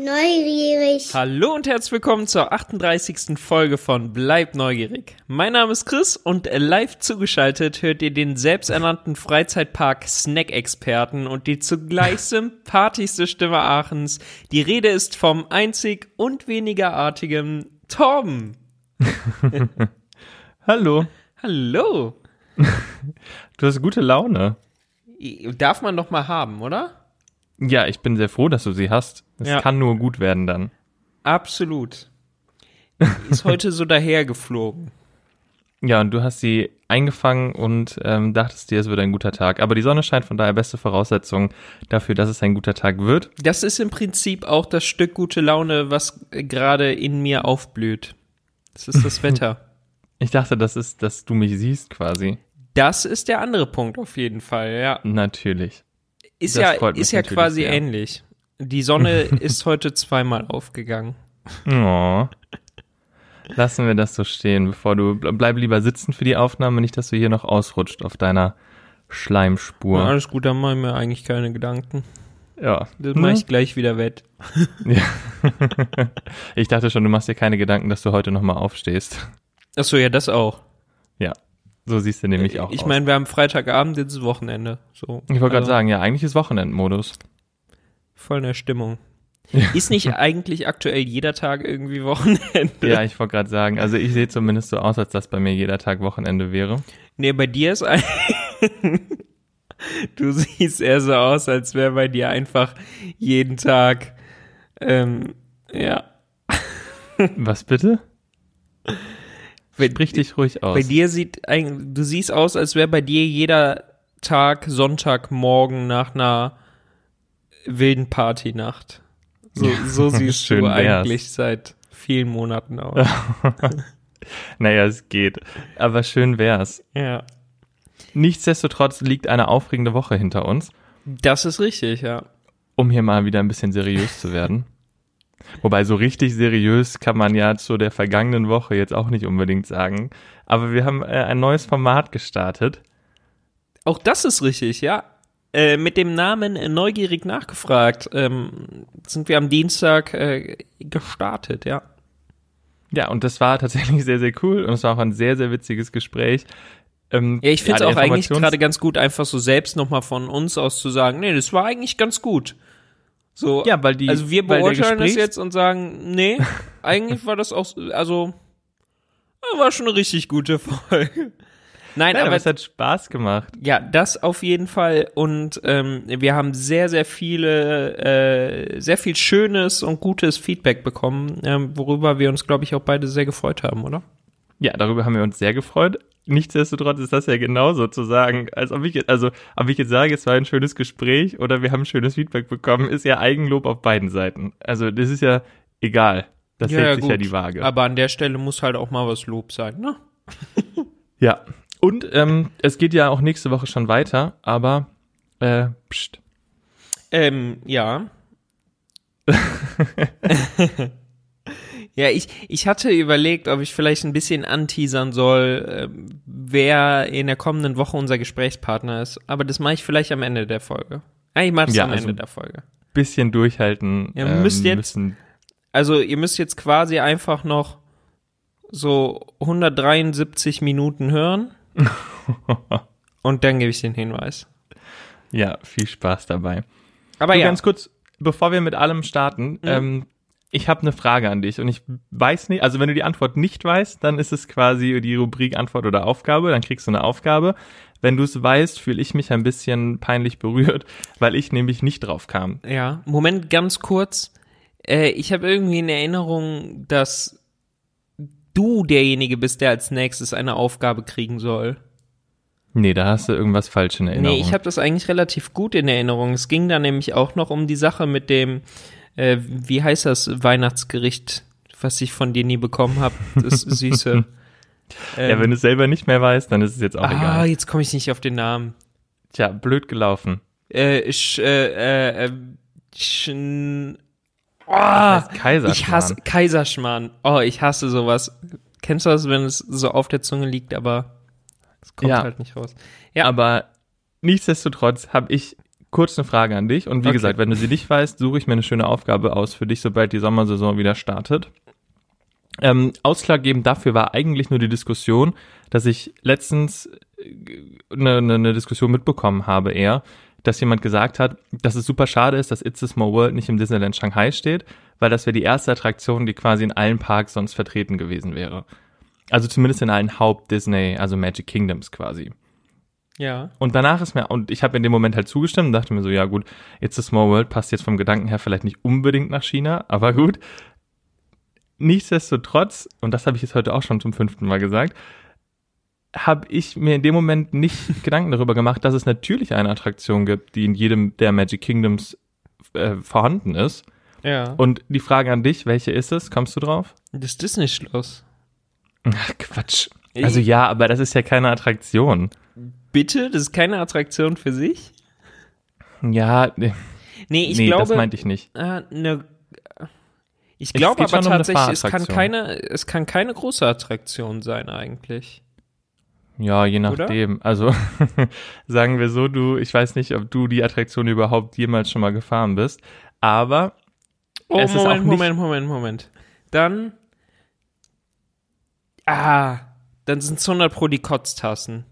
Neugierig. Hallo und herzlich willkommen zur 38. Folge von Bleib neugierig. Mein Name ist Chris und live zugeschaltet hört ihr den selbsternannten Freizeitpark Snack-Experten und die zugleich sympathischste Stimme Aachens. Die Rede ist vom einzig und weniger artigen Torben. Hallo. Hallo. Du hast gute Laune. Darf man doch mal haben, oder? Ja, ich bin sehr froh, dass du sie hast. Es kann nur gut werden dann. Absolut. Ist heute so dahergeflogen. Ja, und du hast sie eingefangen und dachtest dir, es wird ein guter Tag. Aber die Sonne scheint, von daher beste Voraussetzung dafür, dass es ein guter Tag wird. Das ist im Prinzip auch das Stück gute Laune, was gerade in mir aufblüht. Das ist das Wetter. Ich dachte, das ist, dass du mich siehst quasi. Das ist der andere Punkt auf jeden Fall, ja. Natürlich. Ist ja quasi sehr ähnlich. Die Sonne ist heute zweimal aufgegangen. Oh. Lassen wir das so stehen, bleib lieber sitzen für die Aufnahme, nicht, dass du hier noch ausrutscht auf deiner Schleimspur. Ja, alles gut, dann mache ich mir eigentlich keine Gedanken. Ja. Das mache ich gleich wieder wett. Ja. Ich dachte schon, du machst dir keine Gedanken, dass du heute nochmal aufstehst. Achso, ja, das auch. Ja, so siehst du nämlich auch aus. Ich meine, wir haben Freitagabend, jetzt ist Wochenende. So, ich wollte gerade sagen, ja, eigentlich ist Wochenendmodus. Voll in der Stimmung. Ist nicht eigentlich aktuell jeder Tag irgendwie Wochenende? Ja, ich wollte gerade sagen, also ich sehe zumindest so aus, als dass bei mir jeder Tag Wochenende wäre. Nee, bei dir ist du siehst eher so aus, als wäre bei dir einfach jeden Tag, ja. Was bitte? Sprich dich ruhig aus. Bei dir du siehst aus, als wäre bei dir jeder Tag Sonntagmorgen nach einer wilden Partynacht. So siehst du eigentlich seit vielen Monaten aus. Naja, es geht. Aber schön wär's. Ja. Nichtsdestotrotz liegt eine aufregende Woche hinter uns. Das ist richtig, ja. Um hier mal wieder ein bisschen seriös zu werden. Wobei so richtig seriös kann man ja zu der vergangenen Woche jetzt auch nicht unbedingt sagen. Aber wir haben ein neues Format gestartet. Auch das ist richtig, ja. Mit dem Namen Neugierig nachgefragt sind wir am Dienstag gestartet, ja. Ja, und das war tatsächlich sehr, sehr cool und es war auch ein sehr, sehr witziges Gespräch. Ja, ich finde es auch eigentlich gerade ganz gut, einfach so selbst nochmal von uns aus zu sagen, nee, das war eigentlich ganz gut. So, ja, also wir beurteilen das jetzt und sagen, nee, eigentlich war das auch, also war schon eine richtig gute Folge. Nein, aber es hat Spaß gemacht. Ja, das auf jeden Fall und wir haben sehr, sehr viel schönes und gutes Feedback bekommen, worüber wir uns, glaube ich, auch beide sehr gefreut haben, oder? Ja, darüber haben wir uns sehr gefreut. Nichtsdestotrotz ist das ja genauso zu sagen, als ob ich jetzt sage, es war ein schönes Gespräch oder wir haben schönes Feedback bekommen, ist ja Eigenlob auf beiden Seiten. Also das ist ja egal. Das hält sich ja die Waage. Aber an der Stelle muss halt auch mal was Lob sein, ne? Ja. Und es geht ja auch nächste Woche schon weiter, aber pst. Ja. Ja, ich hatte überlegt, ob ich vielleicht ein bisschen anteasern soll, wer in der kommenden Woche unser Gesprächspartner ist. Aber das mache ich vielleicht am Ende der Folge. Ich mache das am Ende der Folge. Bisschen durchhalten. Ihr müsst jetzt quasi einfach noch so 173 Minuten hören. Und dann gebe ich den Hinweis. Ja, viel Spaß dabei. Aber ja. Ganz kurz, bevor wir mit allem starten, ich habe eine Frage an dich und ich weiß nicht, also wenn du die Antwort nicht weißt, dann ist es quasi die Rubrik Antwort oder Aufgabe, dann kriegst du eine Aufgabe. Wenn du es weißt, fühle ich mich ein bisschen peinlich berührt, weil ich nämlich nicht drauf kam. Ja, Moment, ganz kurz. Ich habe irgendwie in Erinnerung, dass du derjenige bist, der als nächstes eine Aufgabe kriegen soll. Nee, da hast du irgendwas falsch in Erinnerung. Nee, ich habe das eigentlich relativ gut in Erinnerung. Es ging da nämlich auch noch um die Sache mit dem, wie heißt das Weihnachtsgericht, was ich von dir nie bekommen habe, das Süße. Ja, wenn du es selber nicht mehr weißt, dann ist es jetzt auch egal. Jetzt komme ich nicht auf den Namen. Tja, blöd gelaufen. Kaiserschmarrn. Ich hasse Kaiserschmarrn. Ich hasse sowas. Kennst du das, wenn es so auf der Zunge liegt, aber es kommt halt nicht raus. Ja. Aber nichtsdestotrotz habe ich kurz eine Frage an dich. Und wie gesagt, wenn du sie nicht weißt, suche ich mir eine schöne Aufgabe aus für dich, sobald die Sommersaison wieder startet. Ausschlaggebend dafür war eigentlich nur die Diskussion, dass ich letztens eine Diskussion mitbekommen habe eher, dass jemand gesagt hat, dass es super schade ist, dass It's a Small World nicht im Disneyland Shanghai steht, weil das wäre die erste Attraktion, die quasi in allen Parks sonst vertreten gewesen wäre. Also zumindest in allen Haupt-Disney, also Magic Kingdoms quasi. Ja. Und danach und ich habe in dem Moment halt zugestimmt und dachte mir so, ja gut, It's a Small World passt jetzt vom Gedanken her vielleicht nicht unbedingt nach China, aber gut. Nichtsdestotrotz, und das habe ich jetzt heute auch schon zum 5. Mal gesagt, habe ich mir in dem Moment nicht Gedanken darüber gemacht, dass es natürlich eine Attraktion gibt, die in jedem der Magic Kingdoms vorhanden ist. Ja. Und die Frage an dich, welche ist es? Kommst du drauf? Das Disney-Schloss. Ach, Quatsch. Also ja, aber das ist ja keine Attraktion. Bitte? Das ist keine Attraktion für sich? Ja, Nee, ich glaube, das meinte ich nicht. Ich glaube geht aber schon um eine tatsächlich, Fahrattraktion. es kann keine große Attraktion sein eigentlich. Ja, je nachdem. Oder? Also sagen wir so, ich weiß nicht, ob du die Attraktion überhaupt jemals schon mal gefahren bist, aber es ist auch nicht... Moment. Dann sind es 100 die Kotztassen.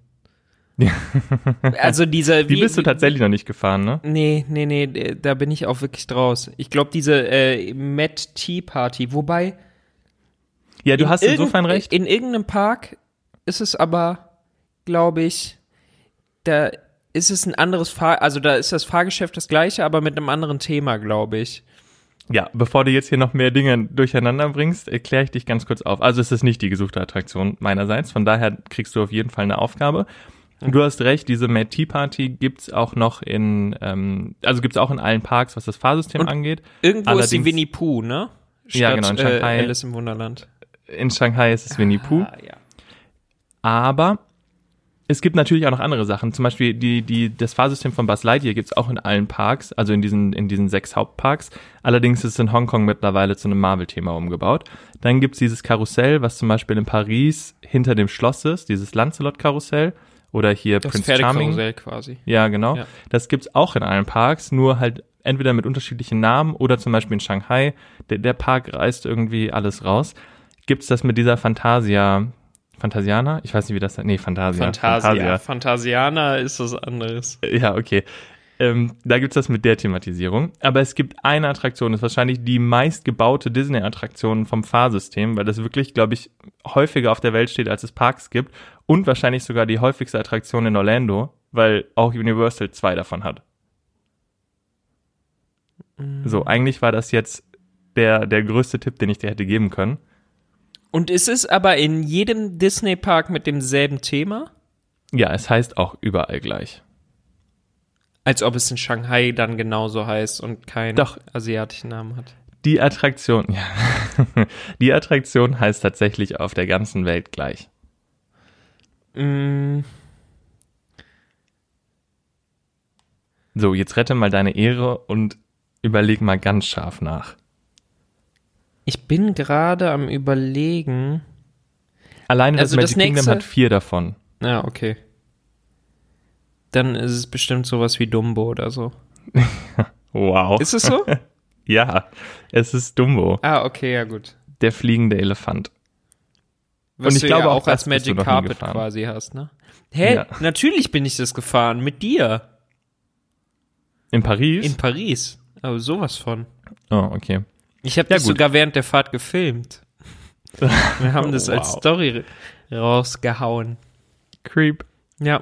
Also die bist du tatsächlich noch nicht gefahren, ne? Nee, da bin ich auch wirklich draus. Ich glaube, diese Mad Tea Party, wobei... Ja, du hast insofern recht. In irgendeinem Park ist es aber, glaube ich, da ist es ein anderes also da ist das Fahrgeschäft das gleiche, aber mit einem anderen Thema, glaube ich. Ja, bevor du jetzt hier noch mehr Dinge durcheinander bringst, erkläre ich dich ganz kurz auf. Also es ist nicht die gesuchte Attraktion meinerseits, von daher kriegst du auf jeden Fall eine Aufgabe. Du hast recht, diese Mad Tea Party gibt's auch noch gibt's auch in allen Parks, was das Fahrsystem angeht. Irgendwo ist die Winnie Pooh, ne? Ja, genau, in Shanghai. Alice im Wunderland. In Shanghai ist es Winnie Pooh. Ja. Aber es gibt natürlich auch noch andere Sachen. Zum Beispiel das Fahrsystem von Buzz Lightyear gibt's auch in allen Parks, also in diesen 6 Hauptparks. Allerdings ist es in Hongkong mittlerweile zu einem Marvel-Thema umgebaut. Dann gibt's dieses Karussell, was zum Beispiel in Paris hinter dem Schloss ist, dieses Lancelot-Karussell. Oder hier das Prince Charming. Quasi. Ja, genau. Ja. Das gibt's auch in allen Parks, nur halt entweder mit unterschiedlichen Namen oder zum Beispiel in Shanghai. Der Park reißt irgendwie alles raus. Gibt's das mit dieser Phantasiana? Ich weiß nicht, wie das heißt. Nee, Fantasia. Phantasiana ist was anderes. Ja, okay. Da gibt's das mit der Thematisierung. Aber es gibt eine Attraktion, das ist wahrscheinlich die meistgebaute Disney-Attraktion vom Fahrsystem, weil das wirklich, glaube ich, häufiger auf der Welt steht, als es Parks gibt. Und wahrscheinlich sogar die häufigste Attraktion in Orlando, weil auch Universal 2 davon hat. So, eigentlich war das jetzt der größte Tipp, den ich dir hätte geben können. Und ist es aber in jedem Disney-Park mit demselben Thema? Ja, es heißt auch überall gleich. Als ob es in Shanghai dann genauso heißt und keinen asiatischen Namen hat. Die Attraktion heißt tatsächlich auf der ganzen Welt gleich. So, jetzt rette mal deine Ehre und überleg mal ganz scharf nach. Ich bin gerade am Überlegen. Alleine das Magic Kingdom hat 4 davon. Ja, okay. Dann ist es bestimmt sowas wie Dumbo oder so. Wow. Ist es so? Ja, es ist Dumbo. Ah, okay, ja gut. Der fliegende Elefant. Was und ich glaube auch als Magic Carpet quasi hast, ne? Hä? Ja. Natürlich bin ich das gefahren, mit dir. In Paris? In Paris. Aber sowas von. Oh, okay. Ich habe das sogar während der Fahrt gefilmt. Wir haben das als Story rausgehauen. Creep. Ja.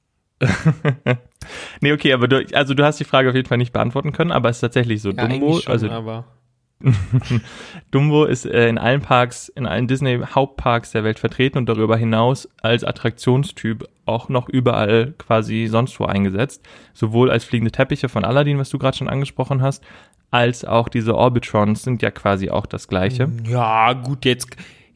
Nee, okay, aber du hast die Frage auf jeden Fall nicht beantworten können, aber es ist tatsächlich so. Ja, Dumbo, schon, aber Dumbo ist in allen Parks, in allen Disney-Hauptparks der Welt vertreten und darüber hinaus als Attraktionstyp auch noch überall quasi sonst wo eingesetzt. Sowohl als fliegende Teppiche von Aladdin, was du gerade schon angesprochen hast, als auch diese Orbitrons sind ja quasi auch das Gleiche. Ja, gut, jetzt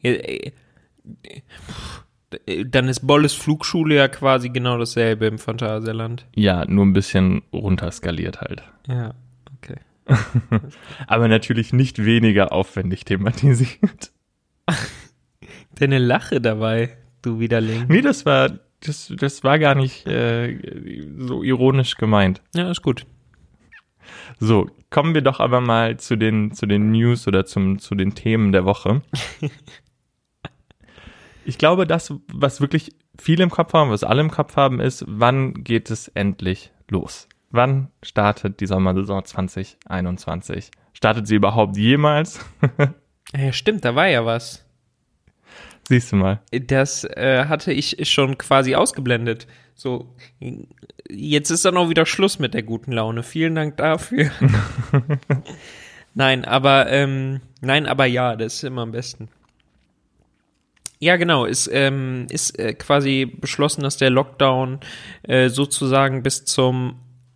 dann ist Bolles Flugschule ja quasi genau dasselbe im Phantasialand. Ja, nur ein bisschen runterskaliert halt. Ja, okay. Aber natürlich nicht weniger aufwendig thematisiert. Deine Lache dabei, du Widerling. Nee, das war das war gar nicht so ironisch gemeint. Ja, ist gut. So, kommen wir doch aber mal zu den News oder zu den Themen der Woche. Ich glaube, das, was wirklich viele im Kopf haben, was alle im Kopf haben, ist, wann geht es endlich los? Wann startet die Sommersaison 2021? Startet sie überhaupt jemals? Ja, stimmt, da war ja was. Siehst du mal. Das hatte ich schon quasi ausgeblendet. So, jetzt ist dann auch wieder Schluss mit der guten Laune. Vielen Dank dafür. Nein, aber ja, das ist immer am besten. Ja, genau, ist quasi beschlossen, dass der Lockdown sozusagen bis zum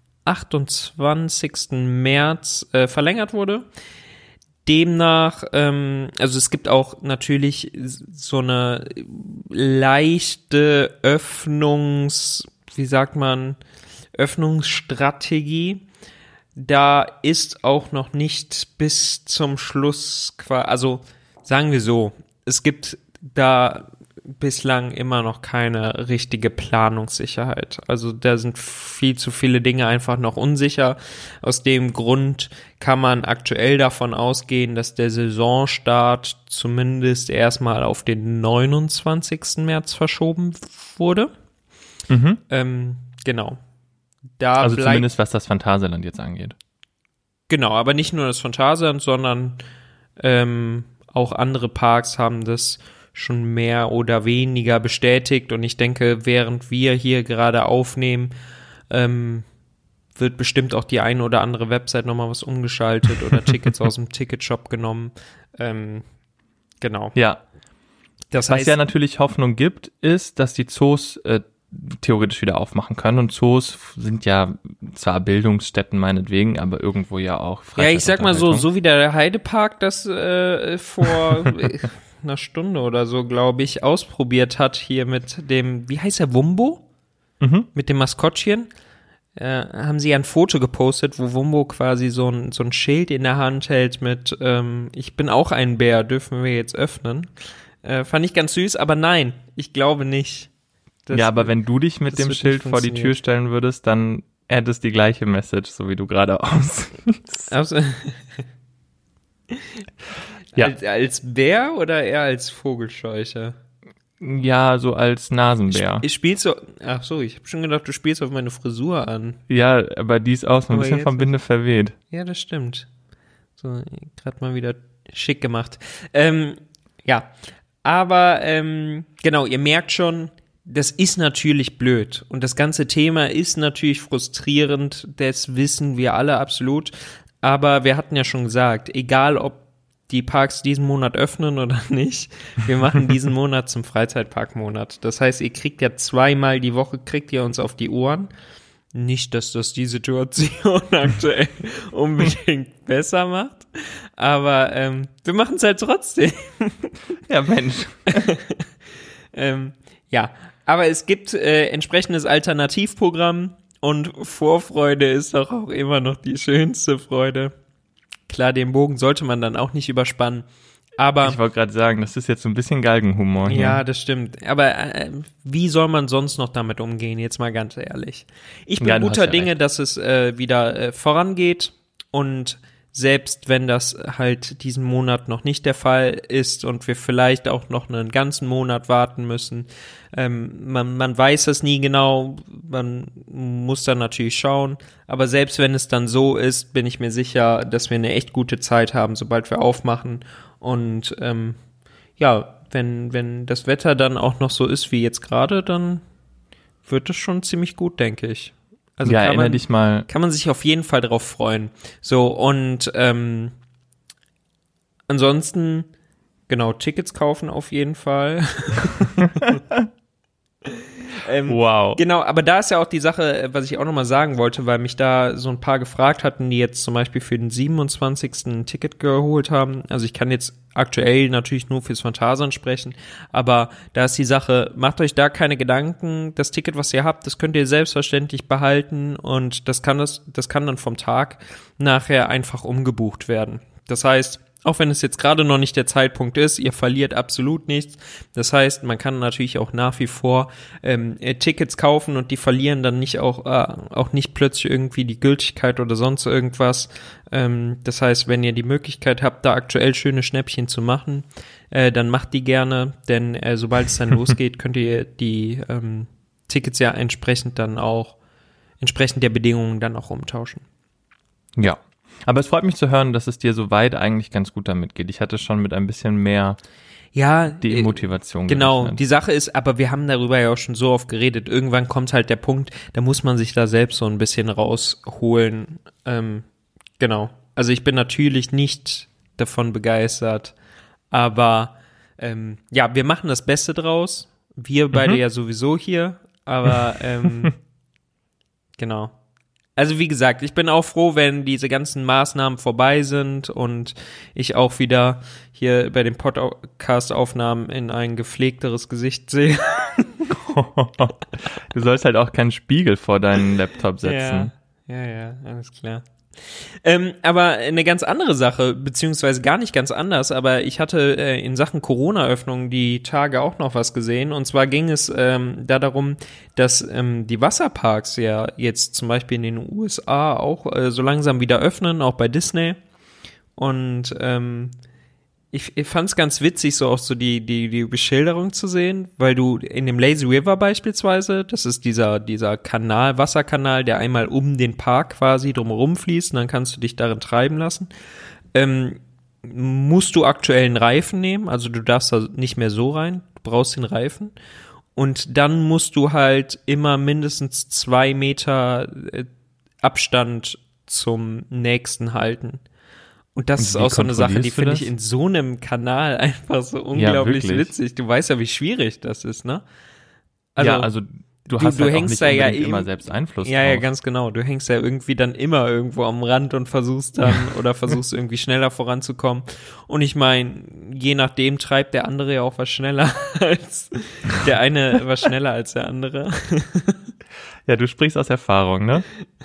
28. März verlängert wurde. Demnach, also es gibt auch natürlich so eine leichte Öffnungsstrategie. Da ist auch noch nicht bis zum Schluss, also sagen wir so, es gibt da bislang immer noch keine richtige Planungssicherheit. Also da sind viel zu viele Dinge einfach noch unsicher. Aus dem Grund kann man aktuell davon ausgehen, dass der Saisonstart zumindest erstmal auf den 29. März verschoben wurde. Genau. Also zumindest was das Phantasialand jetzt angeht. Genau, aber nicht nur das Phantasialand, sondern auch andere Parks haben das schon mehr oder weniger bestätigt, und ich denke, während wir hier gerade aufnehmen, wird bestimmt auch die eine oder andere Website nochmal was umgeschaltet oder Tickets aus dem Ticketshop genommen. Genau. Ja. Das was heißt, ja natürlich Hoffnung gibt, ist, dass die Zoos theoretisch wieder aufmachen können, und Zoos sind ja zwar Bildungsstätten meinetwegen, aber irgendwo ja auch ja, ich sag mal so wie der Heidepark das vor einer Stunde oder so, glaube ich, ausprobiert hat hier mit dem, wie heißt er, Wumbo? Mit dem Maskottchen. Haben sie ein Foto gepostet, wo Wumbo quasi so ein Schild in der Hand hält mit ich bin auch ein Bär, dürfen wir jetzt öffnen. Fand ich ganz süß, aber nein, ich glaube nicht. Ja, aber wenn du dich mit dem Schild vor die Tür stellen würdest, dann hättest die gleiche Message, so wie du gerade aussiehst. Also, ja. Als Bär oder eher als Vogelscheuche? Ja, so als Nasenbär. Spielst du, ach so, ich habe schon gedacht, du spielst auf meine Frisur an. Ja, aber die ist auch so ein bisschen vom Winde verweht. Ja, das stimmt. So, gerade mal wieder schick gemacht. Ja, aber genau, ihr merkt schon, das ist natürlich blöd und das ganze Thema ist natürlich frustrierend, das wissen wir alle absolut, aber wir hatten ja schon gesagt, egal ob die Parks diesen Monat öffnen oder nicht, wir machen diesen Monat zum Freizeitparkmonat. Das heißt, ihr kriegt ja zweimal die Woche, kriegt ihr uns auf die Ohren. Nicht, dass das die Situation aktuell unbedingt besser macht, aber wir machen es halt trotzdem. Ja, Mensch. Ja, aber es gibt entsprechendes Alternativprogramm und Vorfreude ist doch auch immer noch die schönste Freude. Klar, den Bogen sollte man dann auch nicht überspannen, aber... Ich wollte gerade sagen, das ist jetzt so ein bisschen Galgenhumor hier. Ja, das stimmt. Aber wie soll man sonst noch damit umgehen, jetzt mal ganz ehrlich? Ich bin guter Dinge, dass es wieder vorangeht, und selbst wenn das halt diesen Monat noch nicht der Fall ist und wir vielleicht auch noch einen ganzen Monat warten müssen, man weiß es nie genau, man muss dann natürlich schauen, aber selbst wenn es dann so ist, bin ich mir sicher, dass wir eine echt gute Zeit haben, sobald wir aufmachen, und ja, wenn das Wetter dann auch noch so ist wie jetzt gerade, dann wird es schon ziemlich gut, denke ich. Also ja, erinnere dich mal. Kann man sich auf jeden Fall drauf freuen. So, und ansonsten, genau, Tickets kaufen auf jeden Fall. Wow. Genau, aber da ist ja auch die Sache, was ich auch nochmal sagen wollte, weil mich da so ein paar gefragt hatten, die jetzt zum Beispiel für den 27. ein Ticket geholt haben. Also ich kann jetzt aktuell natürlich nur fürs Phantasialand sprechen, aber da ist die Sache, macht euch da keine Gedanken. Das Ticket, was ihr habt, das könnt ihr selbstverständlich behalten, und das kann dann vom Tag nachher einfach umgebucht werden. Das heißt, Auch wenn es jetzt gerade noch nicht der Zeitpunkt ist, ihr verliert absolut nichts. Das heißt, man kann natürlich auch nach wie vor Tickets kaufen und die verlieren dann nicht auch nicht plötzlich irgendwie die Gültigkeit oder sonst irgendwas. Das heißt, wenn ihr die Möglichkeit habt, da aktuell schöne Schnäppchen zu machen, dann macht die gerne, denn sobald es dann losgeht, könnt ihr die Tickets ja entsprechend der Bedingungen dann auch umtauschen. Ja. Aber es freut mich zu hören, dass es dir soweit eigentlich ganz gut damit geht. Ich hatte schon mit ein bisschen mehr die Motivation Genau, gerechnet. die Sache ist, aber wir haben darüber ja auch schon so oft geredet, irgendwann kommt halt der Punkt, da muss man sich da selbst so ein bisschen rausholen. Genau, also ich bin natürlich nicht davon begeistert, aber wir machen das Beste draus. Wir beide ja sowieso hier, aber genau. Also wie gesagt, ich bin auch froh, wenn diese ganzen Maßnahmen vorbei sind und ich auch wieder hier bei den Podcast-Aufnahmen in ein gepflegteres Gesicht sehe. Du sollst halt auch keinen Spiegel vor deinen Laptop setzen. Ja, alles klar. Aber eine ganz andere Sache, beziehungsweise gar nicht ganz anders, aber ich hatte in Sachen Corona-Öffnung die Tage auch noch was gesehen, und zwar ging es da darum, dass die Wasserparks ja jetzt zum Beispiel in den USA auch so langsam wieder öffnen, auch bei Disney, und ich fand es ganz witzig, so auch so die Beschilderung zu sehen, weil du in dem Lazy River beispielsweise, das ist dieser Kanal, Wasserkanal, der einmal um den Park quasi drumherum fließt, und dann kannst du dich darin treiben lassen, musst du aktuell einen Reifen nehmen, also du darfst da nicht mehr so rein, du brauchst den Reifen, und dann musst du halt immer mindestens 2 Meter Abstand zum nächsten halten. Und das ist auch so eine Sache, die finde ich in so einem Kanal einfach so unglaublich witzig. Du weißt ja, wie schwierig das ist, ne? Also du hast halt hängst auch nicht unbedingt immer selbst Einfluss drauf. Ja, ganz genau. Du hängst ja irgendwie dann immer irgendwo am Rand und versuchst irgendwie schneller voranzukommen. Und ich meine, je nachdem treibt der andere ja auch was schneller als der eine was schneller als der andere. Ja, du sprichst aus Erfahrung, ne?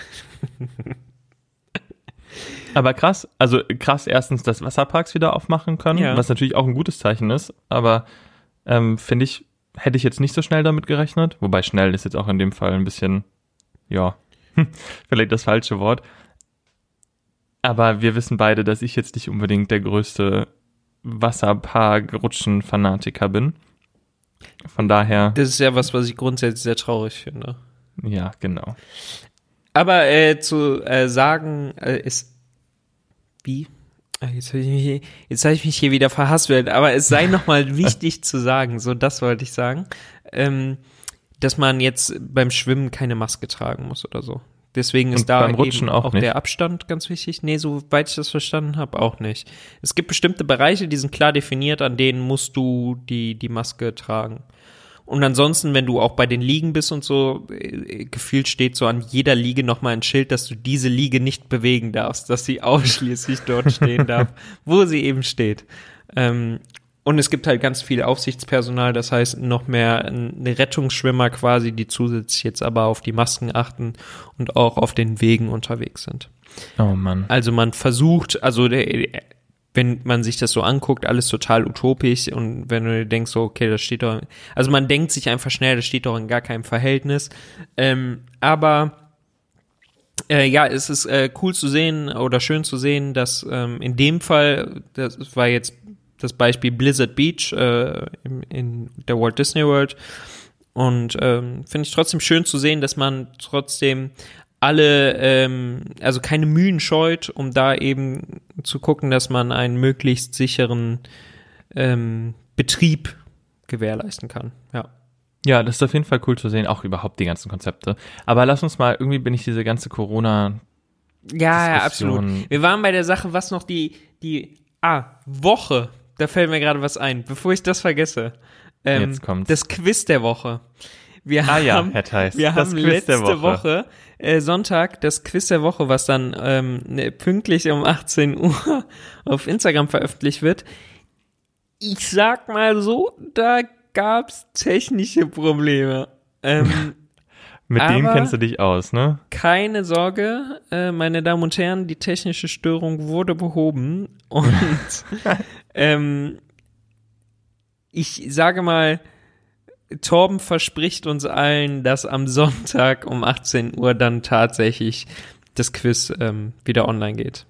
Aber krass erstens, dass Wasserparks wieder aufmachen können, was natürlich auch ein gutes Zeichen ist, aber finde ich, hätte ich jetzt nicht so schnell damit gerechnet, wobei schnell ist jetzt auch in dem Fall ein bisschen, vielleicht das falsche Wort, aber wir wissen beide, dass ich jetzt nicht unbedingt der größte Wasserpark-Rutschen-Fanatiker bin, von daher. Das ist ja was ich grundsätzlich sehr traurig finde. Ja, genau. Aber zu sagen, ist wie? Jetzt habe ich mich hier wieder verhaspelt, aber es sei nochmal wichtig zu sagen, so das wollte ich sagen, dass man jetzt beim Schwimmen keine Maske tragen muss oder so. Deswegen ist da eben auch der Abstand ganz wichtig. Nee, soweit ich das verstanden habe, auch nicht. Es gibt bestimmte Bereiche, die sind klar definiert, an denen musst du die Maske tragen. Und ansonsten, wenn du auch bei den Liegen bist und so, gefühlt steht so an jeder Liege nochmal ein Schild, dass du diese Liege nicht bewegen darfst, dass sie ausschließlich dort stehen darf, wo sie eben steht. Und es gibt halt ganz viel Aufsichtspersonal, das heißt noch mehr Rettungsschwimmer quasi, die zusätzlich jetzt aber auf die Masken achten und auch auf den Wegen unterwegs sind. Oh Mann. Also man versucht, wenn man sich das so anguckt, alles total utopisch, und wenn du denkst so, okay, das steht doch, also man denkt sich einfach schnell, das steht doch in gar keinem Verhältnis, aber es ist cool zu sehen oder schön zu sehen, dass in dem Fall, das war jetzt das Beispiel Blizzard Beach in der Walt Disney World, und finde ich trotzdem schön zu sehen, dass man trotzdem alle, also keine Mühen scheut, um da eben zu gucken, dass man einen möglichst sicheren Betrieb gewährleisten kann, ja. Ja, das ist auf jeden Fall cool zu sehen, auch überhaupt die ganzen Konzepte. Aber lass uns mal, irgendwie bin ich diese ganze Corona- Ja, absolut. Wir waren bei der Sache, was noch die Woche, da fällt mir gerade was ein, bevor ich das vergesse. Jetzt kommt's. Das Quiz der Woche. Wir haben letzte Woche Sonntag das Quiz der Woche, was dann pünktlich um 18 Uhr auf Instagram veröffentlicht wird. Ich sag mal so, da gab's technische Probleme. Mit denen kennst du dich aus, ne? Keine Sorge, meine Damen und Herren, die technische Störung wurde behoben und ich sage mal, Torben verspricht uns allen, dass am Sonntag um 18 Uhr dann tatsächlich das Quiz wieder online geht.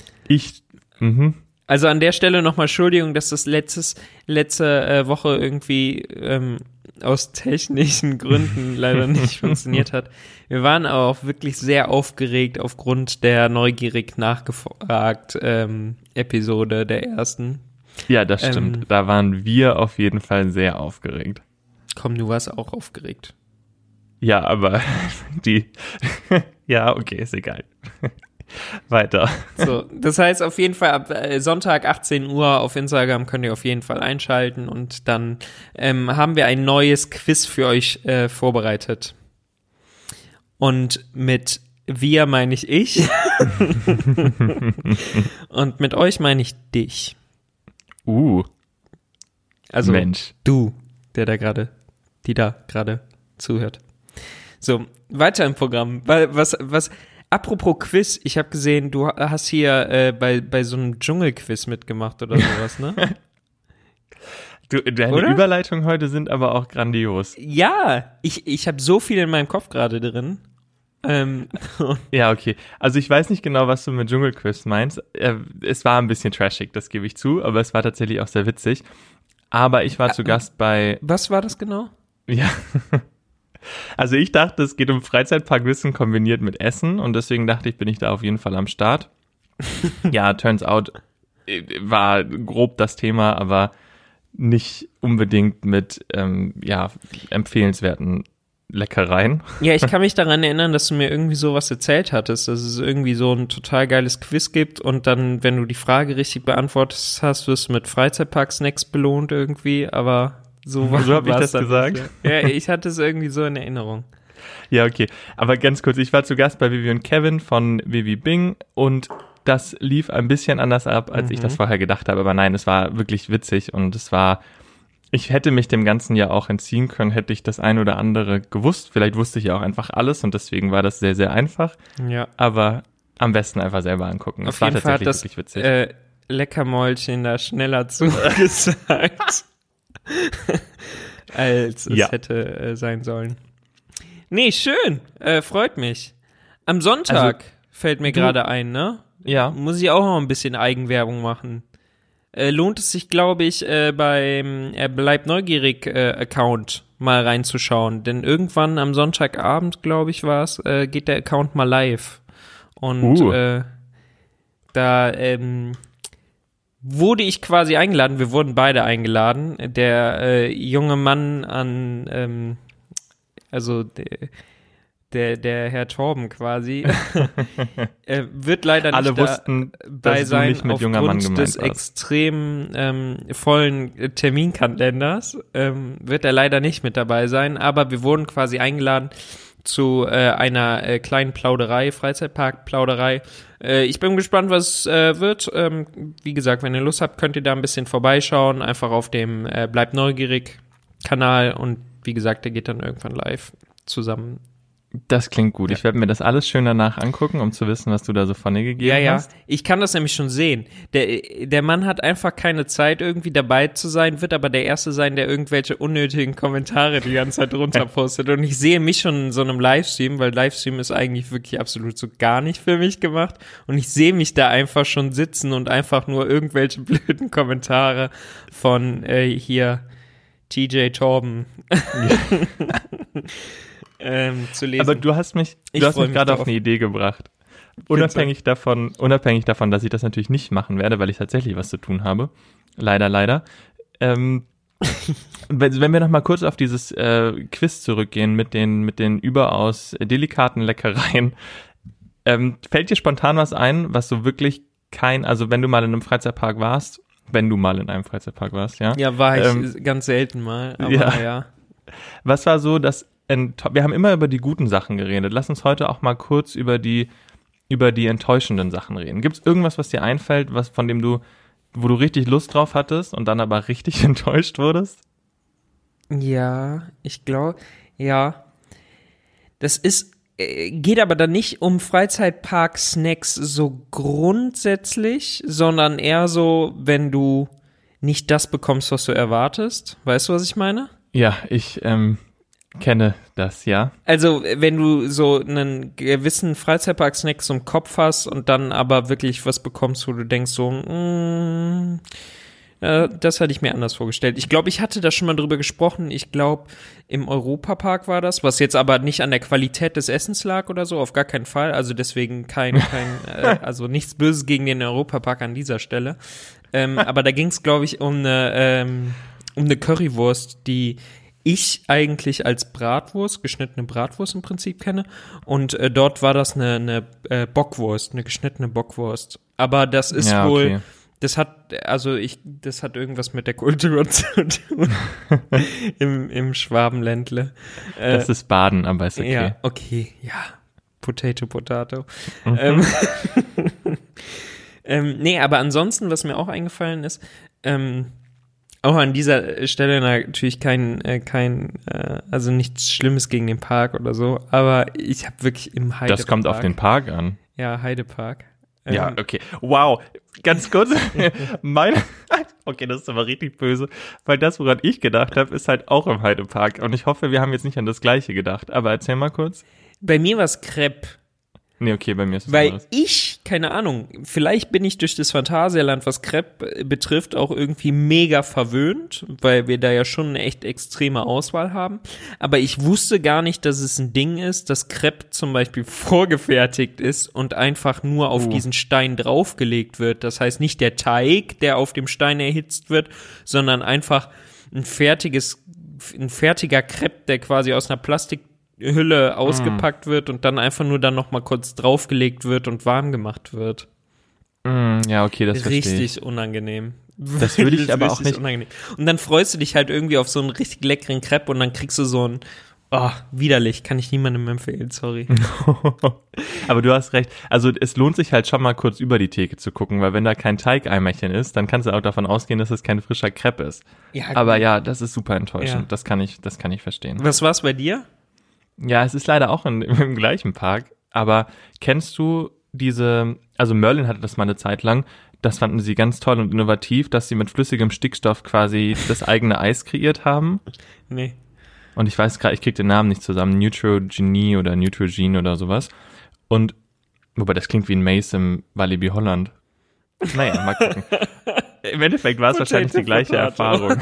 Also an der Stelle nochmal Entschuldigung, dass das letzte Woche irgendwie aus technischen Gründen leider nicht funktioniert hat. Wir waren aber auch wirklich sehr aufgeregt aufgrund der neugierig nachgefragt Episode der ersten. Ja, das stimmt. Da waren wir auf jeden Fall sehr aufgeregt. Komm, du warst auch aufgeregt. Ja, aber ja, okay, ist egal. Weiter. So, das heißt auf jeden Fall ab Sonntag 18 Uhr auf Instagram könnt ihr auf jeden Fall einschalten und dann haben wir ein neues Quiz für euch vorbereitet. Und mit wir meine ich. Und mit euch meine ich dich. Also Mensch. Du, die da gerade zuhört. So, weiter im Programm. Was apropos Quiz, ich habe gesehen, du hast hier bei so einem Dschungelquiz mitgemacht oder sowas, ne? Deine Überleitungen heute sind aber auch grandios. Ja, ich habe so viel in meinem Kopf gerade drin. Ja, okay. Also ich weiß nicht genau, was du mit Dschungelquiz meinst. Es war ein bisschen trashig, das gebe ich zu, aber es war tatsächlich auch sehr witzig. Aber ich war zu Gast bei... Was war das genau? Ja, also ich dachte, es geht um Freizeitparkwissen kombiniert mit Essen und deswegen dachte ich, bin ich da auf jeden Fall am Start. Ja, turns out, war grob das Thema, aber nicht unbedingt mit empfehlenswerten Leckereien. Ja, ich kann mich daran erinnern, dass du mir irgendwie sowas erzählt hattest, dass es irgendwie so ein total geiles Quiz gibt und dann, wenn du die Frage richtig beantwortet hast, wirst du mit Freizeitpark-Snacks belohnt irgendwie, aber so habe ich das gesagt. Nicht. Ja, ich hatte es irgendwie so in Erinnerung. Ja, okay. Aber ganz kurz, ich war zu Gast bei Vivi und Kevin von Vivi Bing und das lief ein bisschen anders ab, als ich das vorher gedacht habe. Aber nein, es war wirklich witzig und ich hätte mich dem Ganzen ja auch entziehen können, hätte ich das ein oder andere gewusst. Vielleicht wusste ich ja auch einfach alles und deswegen war das sehr, sehr einfach. Ja. Aber am besten einfach selber angucken. Auf jeden Fall hat das wirklich witzig. Leckermäulchen da schneller zugesagt, als es hätte sein sollen. Nee, schön. Freut mich. Am Sonntag fällt mir gerade ein, ne? Ja. Muss ich auch noch ein bisschen Eigenwerbung machen. Lohnt es sich, glaube ich, beim Bleib neugierig Account mal reinzuschauen. Denn irgendwann am Sonntagabend, glaube ich, war es, geht der Account mal live. Und da wurde ich quasi eingeladen. Wir wurden beide eingeladen. Der junge Mann also der Herr Torben quasi, wird leider alle nicht wussten, dabei dass sein, du nicht mit junger Mann aufgrund des warst. extrem vollen Terminkalenders, wird er leider nicht mit dabei sein, aber wir wurden quasi eingeladen zu einer kleinen Plauderei, Freizeitpark-Plauderei. Ich bin gespannt, was wird. Wie gesagt, wenn ihr Lust habt, könnt ihr da ein bisschen vorbeischauen, einfach auf dem Bleib neugierig Kanal und wie gesagt, der geht dann irgendwann live zusammen. Das klingt gut. Ja. Ich werde mir das alles schön danach angucken, um zu wissen, was du da so von dir gegeben hast. Ja, ich kann das nämlich schon sehen. Der Mann hat einfach keine Zeit, irgendwie dabei zu sein, wird aber der Erste sein, der irgendwelche unnötigen Kommentare die ganze Zeit runter postet. Und ich sehe mich schon in so einem Livestream, weil Livestream ist eigentlich wirklich absolut so gar nicht für mich gemacht. Und ich sehe mich da einfach schon sitzen und einfach nur irgendwelche blöden Kommentare von hier TJ Torben zu lesen. Aber du hast mich gerade auf eine Idee gebracht. Unabhängig davon, dass ich das natürlich nicht machen werde, weil ich tatsächlich was zu tun habe. Leider. Wenn wir noch mal kurz auf dieses Quiz zurückgehen mit den überaus delikaten Leckereien, fällt dir spontan was ein, was so wirklich also wenn du mal in einem Freizeitpark warst, ja? Ja, war ich ganz selten mal, aber ja. Was war so, wir haben immer über die guten Sachen geredet. Lass uns heute auch mal kurz über die enttäuschenden Sachen reden. Gibt es irgendwas, was dir einfällt, wo du richtig Lust drauf hattest und dann aber richtig enttäuscht wurdest? Ja, ich glaube, ja. Das ist, geht aber dann nicht um Freizeitpark-Snacks so grundsätzlich, sondern eher so, wenn du nicht das bekommst, was du erwartest. Weißt du, was ich meine? Ja, ich kenne das, ja. Also, wenn du so einen gewissen Freizeitpark-Snack so im Kopf hast und dann aber wirklich was bekommst, wo du denkst so, das hatte ich mir anders vorgestellt. Ich glaube, ich hatte da schon mal drüber gesprochen. Ich glaube, im Europapark war das, was jetzt aber nicht an der Qualität des Essens lag oder so, auf gar keinen Fall. Also deswegen also nichts Böses gegen den Europapark an dieser Stelle. Aber da ging es, glaube ich, um eine Currywurst, die ich eigentlich als Bratwurst, geschnittene Bratwurst im Prinzip kenne. Und dort war das eine Bockwurst, eine geschnittene Bockwurst. Aber das ist wohl, okay. das hat irgendwas mit der Kultur zu tun im Schwabenländle. Das ist Baden, aber ist okay. Ja, okay, ja. Potato. Nee, aber ansonsten, was mir auch eingefallen ist, auch an dieser Stelle natürlich also nichts Schlimmes gegen den Park oder so, aber ich habe wirklich im Heidepark. Das kommt auf den Park an. Ja, Heidepark. Ja, okay. Wow. Ganz kurz. Okay, das ist aber richtig böse, weil das, woran ich gedacht habe, ist halt auch im Heidepark. Und ich hoffe, wir haben jetzt nicht an das Gleiche gedacht. Aber erzähl mal kurz. Bei mir war es Crepe. Nee, okay, bei mir ist es Weil anderes. keine Ahnung, vielleicht bin ich durch das Phantasialand, was Crepe betrifft, auch irgendwie mega verwöhnt, weil wir da ja schon eine echt extreme Auswahl haben. Aber ich wusste gar nicht, dass es ein Ding ist, dass Crepe zum Beispiel vorgefertigt ist und einfach nur auf diesen Stein draufgelegt wird. Das heißt nicht der Teig, der auf dem Stein erhitzt wird, sondern einfach ein fertiger Crepe, der quasi aus einer Plastikhülle ausgepackt wird und dann einfach nur dann noch mal kurz draufgelegt wird und warm gemacht wird. Ja, okay, das verstehe ich. Richtig unangenehm. Das würde ich aber auch nicht. Unangenehm. Und dann freust du dich halt irgendwie auf so einen richtig leckeren Crepe und dann kriegst du so einen, widerlich, kann ich niemandem empfehlen, sorry. Aber du hast recht. Also es lohnt sich halt schon mal kurz über die Theke zu gucken, weil wenn da kein Teigeimerchen ist, dann kannst du auch davon ausgehen, dass es kein frischer Crepe ist. Ja, aber ja, das ist super enttäuschend. Ja. Das kann ich verstehen. Was war's bei dir? Ja, es ist leider auch im gleichen Park, aber kennst du also Merlin hatte das mal eine Zeit lang, das fanden sie ganz toll und innovativ, dass sie mit flüssigem Stickstoff quasi das eigene Eis kreiert haben. Nee. Und ich weiß gerade, ich krieg den Namen nicht zusammen, Neutrogenie oder Neutrogene oder sowas. Und, wobei das klingt wie ein Mace im Walibi Holland. Naja, mal gucken. Im Endeffekt war es wahrscheinlich die gleiche Erfahrung.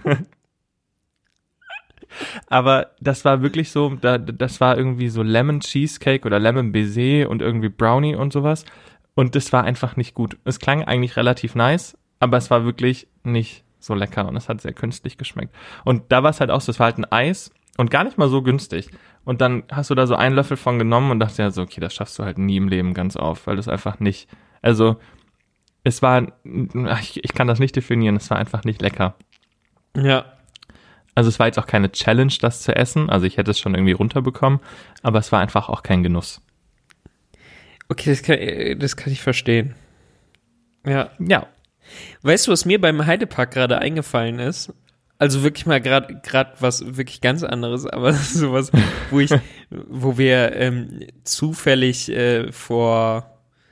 Aber das war wirklich so, das war irgendwie so Lemon Cheesecake oder Lemon Baiser und irgendwie Brownie und sowas. Und das war einfach nicht gut. Es klang eigentlich relativ nice, aber es war wirklich nicht so lecker und es hat sehr künstlich geschmeckt. Und da war es halt auch so, es war halt ein Eis und gar nicht mal so günstig. Und dann hast du da so einen Löffel von genommen und dachte ja so, okay, das schaffst du halt nie im Leben ganz auf, weil das einfach nicht, also es war, ich kann das nicht definieren, es war einfach nicht lecker. Ja. Also es war jetzt auch keine Challenge, das zu essen. Also ich hätte es schon irgendwie runterbekommen, aber es war einfach auch kein Genuss. Okay, das kann ich verstehen. Ja. Ja. Weißt du, was mir beim Heidepark gerade eingefallen ist? Also wirklich mal gerade was wirklich ganz anderes, aber sowas, wo wir zufällig vor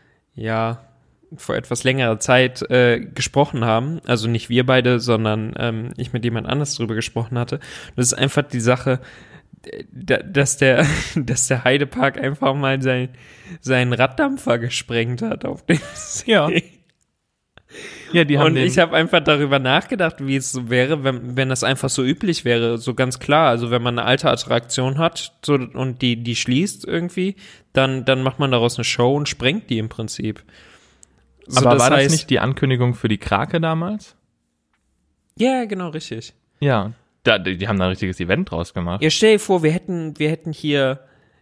etwas längerer Zeit gesprochen haben, also nicht wir beide, sondern ich mit jemand anders drüber gesprochen hatte. Das ist einfach die Sache, dass der Heidepark einfach mal seinen Raddampfer gesprengt hat auf dem See. Ja. Ja, die haben und ich habe einfach darüber nachgedacht, wie es so wäre, wenn das einfach so üblich wäre, so ganz klar. Also wenn man eine alte Attraktion hat so, und die schließt irgendwie, dann macht man daraus eine Show und sprengt die im Prinzip. So, aber war das nicht die Ankündigung für die Krake damals? Ja, genau, richtig. Ja, die haben da ein richtiges Event draus gemacht. Ja, stell dir vor, wir hätten hier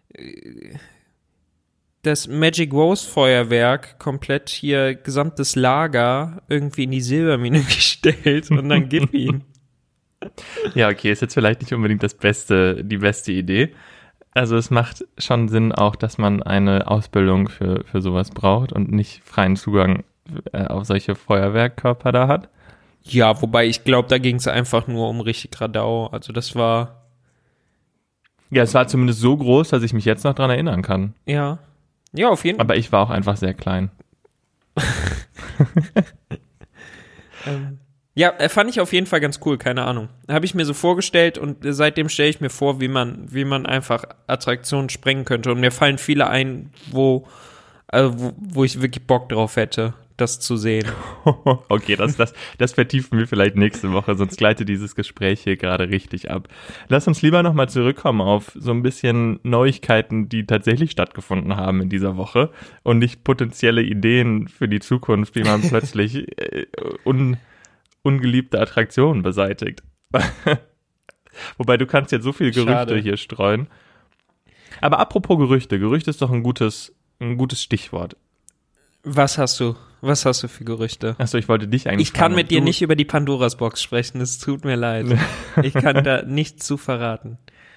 das Magic Rose Feuerwerk komplett hier, gesamtes Lager irgendwie in die Silbermine gestellt und dann gib ihm. Ja, okay, ist jetzt vielleicht nicht unbedingt die beste Idee. Also es macht schon Sinn auch, dass man eine Ausbildung für sowas braucht und nicht freien Zugang auf solche Feuerwerkkörper da hat. Ja, wobei ich glaube, da ging es einfach nur um richtig Radau. Also das war... Ja, es war zumindest so groß, dass ich mich jetzt noch dran erinnern kann. Ja. Ja, auf jeden Fall. Aber ich war auch einfach sehr klein. Ja, fand ich auf jeden Fall ganz cool, keine Ahnung. Habe ich mir so vorgestellt und seitdem stelle ich mir vor, wie man einfach Attraktionen sprengen könnte. Und mir fallen viele ein, wo ich wirklich Bock drauf hätte, das zu sehen. Okay, das vertiefen wir vielleicht nächste Woche, sonst gleitet dieses Gespräch hier gerade richtig ab. Lass uns lieber nochmal zurückkommen auf so ein bisschen Neuigkeiten, die tatsächlich stattgefunden haben in dieser Woche und nicht potenzielle Ideen für die Zukunft, wie man plötzlich ungeliebte Attraktionen beseitigt. Wobei, du kannst jetzt so viele Gerüchte hier streuen. Aber apropos Gerüchte ist doch ein gutes Stichwort. Was hast du für Gerüchte? Achso, ich wollte dich eigentlich Ich kann mit dir nicht über die Pandoras Box sprechen, es tut mir leid. Ich kann da nichts zu verraten.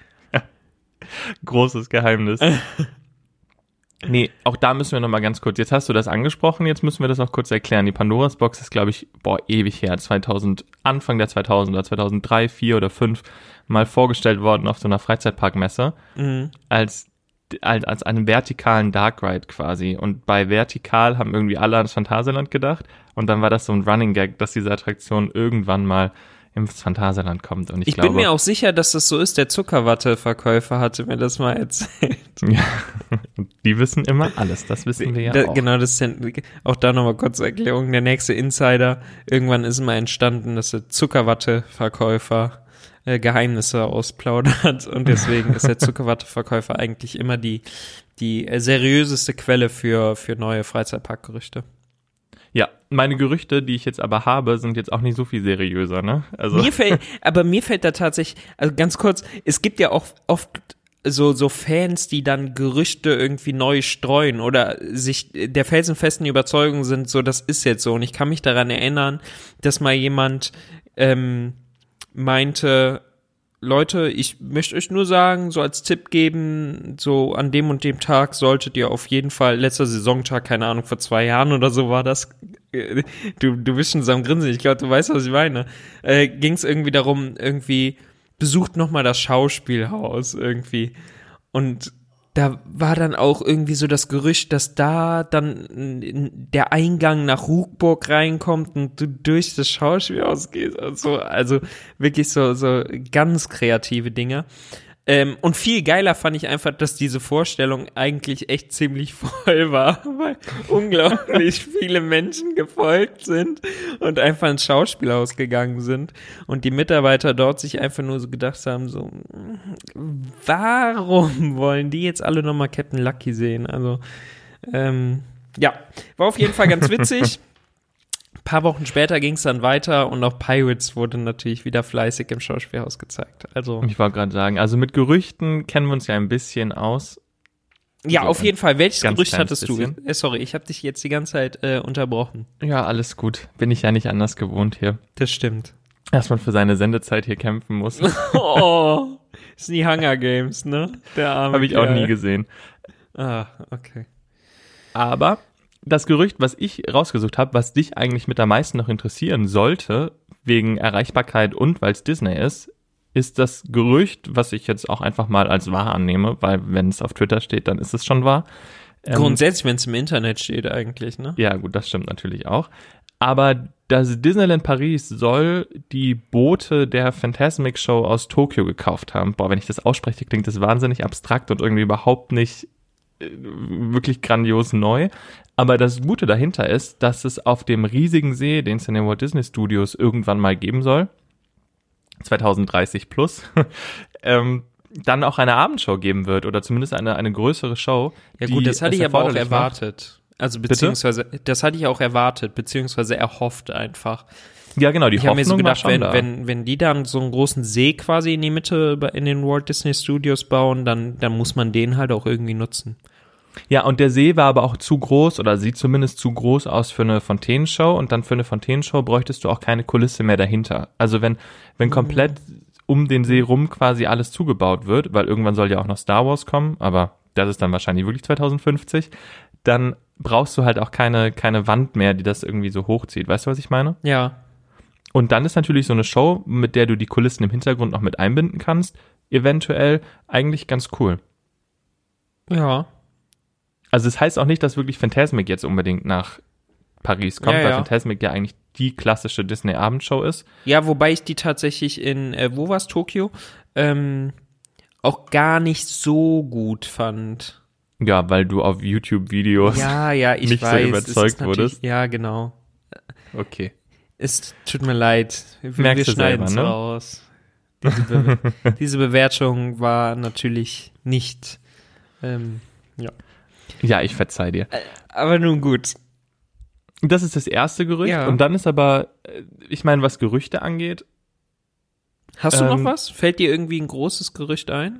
Großes Geheimnis. Nee, auch da müssen wir nochmal ganz kurz, jetzt hast du das angesprochen, jetzt müssen wir das auch kurz erklären. Die Pandoras Box ist, glaube ich, ewig her, Anfang der 2000er, 2003, 2004 oder 2005 mal vorgestellt worden auf so einer Freizeitparkmesse als einen vertikalen Dark Ride quasi. Und bei vertikal haben irgendwie alle ans Phantasialand gedacht. Und dann war das so ein Running Gag, dass diese Attraktion irgendwann mal ins Phantasialand kommt. Und ich glaube, bin mir auch sicher, dass das so ist. Der Zuckerwatte-Verkäufer hatte mir das mal erzählt. Ja, die wissen immer alles. Das wissen wir ja auch. Genau, das ist auch da nochmal kurz Erklärung. Der nächste Insider. Irgendwann ist mal entstanden, dass der Zuckerwatte-Verkäufer Geheimnisse ausplaudert und deswegen ist der Zuckerwatteverkäufer eigentlich immer die seriöseste Quelle für neue Freizeitparkgerüchte. Ja, meine Gerüchte, die ich jetzt aber habe, sind jetzt auch nicht so viel seriöser, ne? Also mir fällt da tatsächlich, also ganz kurz, es gibt ja auch oft so Fans, die dann Gerüchte irgendwie neu streuen oder sich der felsenfesten Überzeugung sind, so das ist jetzt so. Und ich kann mich daran erinnern, dass mal jemand meinte, Leute, ich möchte euch nur sagen, so als Tipp geben, so an dem und dem Tag solltet ihr auf jeden Fall, letzter Saisontag, keine Ahnung, vor 2 Jahren oder so war das, du bist schon so am Grinsen, ich glaube, du weißt, was ich meine, ging es irgendwie darum, irgendwie, besucht nochmal das Schauspielhaus irgendwie und da war dann auch irgendwie so das Gerücht, dass da dann der Eingang nach Hugburg reinkommt und du durch das Schauspielhaus gehst. Also wirklich so ganz kreative Dinge. Und viel geiler fand ich einfach, dass diese Vorstellung eigentlich echt ziemlich voll war, weil unglaublich viele Menschen gefolgt sind und einfach ins Schauspielhaus gegangen sind und die Mitarbeiter dort sich einfach nur so gedacht haben, so, warum wollen die jetzt alle nochmal Captain Lucky sehen? Also, ja, war auf jeden Fall ganz witzig. Ein paar Wochen später ging es dann weiter und auch Pirates wurde natürlich wieder fleißig im Schauspielhaus gezeigt. Also ich wollte gerade sagen, also mit Gerüchten kennen wir uns ja ein bisschen aus. Ja, so auf jeden Fall. Welches Gerücht hattest bisschen. du? Sorry, ich habe dich jetzt die ganze Zeit unterbrochen. Ja, alles gut. Bin ich ja nicht anders gewohnt hier. Das stimmt. Dass man für seine Sendezeit hier kämpfen muss. Oh, ist die Hunger Games, ne? Der arme Habe ich auch nie gesehen. Ah, okay. Aber das Gerücht, was ich rausgesucht habe, was dich eigentlich mit am meisten noch interessieren sollte, wegen Erreichbarkeit und weil es Disney ist das Gerücht, was ich jetzt auch einfach mal als wahr annehme, weil wenn es auf Twitter steht, dann ist es schon wahr. Grundsätzlich, wenn es im Internet steht eigentlich, ne? Ja, gut, das stimmt natürlich auch. Aber das Disneyland Paris soll die Boote der Fantasmic Show aus Tokio gekauft haben. Boah, wenn ich das ausspreche, klingt das wahnsinnig abstrakt und irgendwie überhaupt nicht wirklich grandios neu. Aber das Gute dahinter ist, dass es auf dem riesigen See, den es in den Walt Disney Studios irgendwann mal geben soll, 2030 plus, dann auch eine Abendshow geben wird oder zumindest eine größere Show. Ja gut, das hatte ich aber auch erwartet. Also beziehungsweise, das hatte ich auch erwartet, beziehungsweise erhofft einfach. Ja, genau, die Hoffnung war schon da. Ich habe mir so gedacht, da. wenn die dann so einen großen See quasi in die Mitte in den Walt Disney Studios bauen, dann muss man den halt auch irgendwie nutzen. Ja, und der See war aber auch zu groß oder sieht zumindest zu groß aus für eine Fontänenshow und dann für eine Fontänenshow bräuchtest du auch keine Kulisse mehr dahinter. Also wenn komplett um den See rum quasi alles zugebaut wird, weil irgendwann soll ja auch noch Star Wars kommen, aber das ist dann wahrscheinlich wirklich 2050, dann brauchst du halt auch keine Wand mehr, die das irgendwie so hochzieht. Weißt du, was ich meine? Ja. Und dann ist natürlich so eine Show, mit der du die Kulissen im Hintergrund noch mit einbinden kannst, eventuell eigentlich ganz cool. Ja. Also es heißt auch nicht, dass wirklich Fantasmic jetzt unbedingt nach Paris kommt, weil Fantasmic ja eigentlich die klassische Disney-Abendshow ist. Ja, wobei ich die tatsächlich in, wo war's, Tokio, auch gar nicht so gut fand. Ja, weil du auf YouTube-Videos ich nicht weiß, so überzeugt wurdest. Ja, genau. Okay. Es tut mir leid. Merkst Wir du selber, schneiden es ne? raus. Diese Bewertung war natürlich nicht, ja. Ja, ich verzeih dir. Aber nun gut. Das ist das erste Gerücht. Ja. Und dann ist aber, ich meine, was Gerüchte angeht. Hast du noch was? Fällt dir irgendwie ein großes Gerücht ein?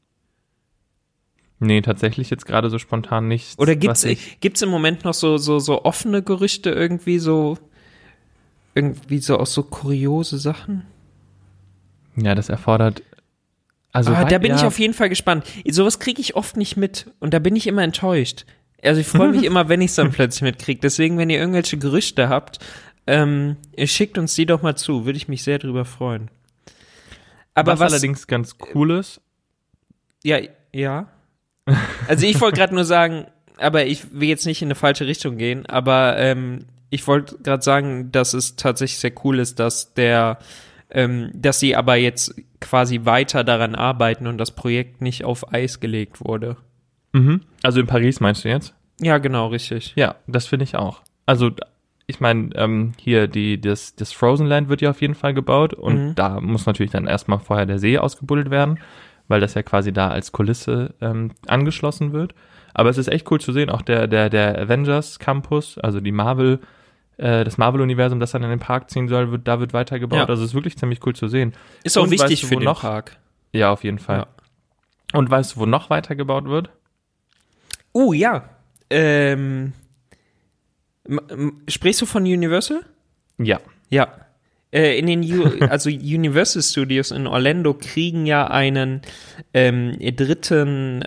Nee, tatsächlich jetzt gerade so spontan nichts. Oder gibt's im Moment noch so offene Gerüchte irgendwie so auch so kuriose Sachen? Ja, das erfordert. Also da bin ich auf jeden Fall gespannt. Sowas kriege ich oft nicht mit und da bin ich immer enttäuscht. Also ich freue mich immer, wenn ich es dann plötzlich mitkriege. Deswegen, wenn ihr irgendwelche Gerüchte habt, schickt uns die doch mal zu. Würde ich mich sehr drüber freuen. Aber was allerdings ganz cool ist. Ja. Also ich wollte gerade nur sagen, aber ich will jetzt nicht in eine falsche Richtung gehen, aber ich wollte gerade sagen, dass es tatsächlich sehr cool ist, dass dass sie aber jetzt quasi weiter daran arbeiten und das Projekt nicht auf Eis gelegt wurde. Mhm. Also in Paris meinst du jetzt? Ja, genau, richtig. Ja, das finde ich auch. Also ich meine, hier das Frozen Land wird ja auf jeden Fall gebaut und da muss natürlich dann erstmal vorher der See ausgebuddelt werden, weil das ja quasi da als Kulisse angeschlossen wird. Aber es ist echt cool zu sehen, auch der Avengers Campus, also das Marvel-Universum, das dann in den Park ziehen soll, da wird weitergebaut. Ja. Also es ist wirklich ziemlich cool zu sehen. Ist auch wichtig für den Park. Ja, auf jeden Fall. Ja. Und weißt du, wo noch weitergebaut wird? Ja. Sprichst du von Universal? Ja. Ja. In den Universal Studios in Orlando kriegen ja einen dritten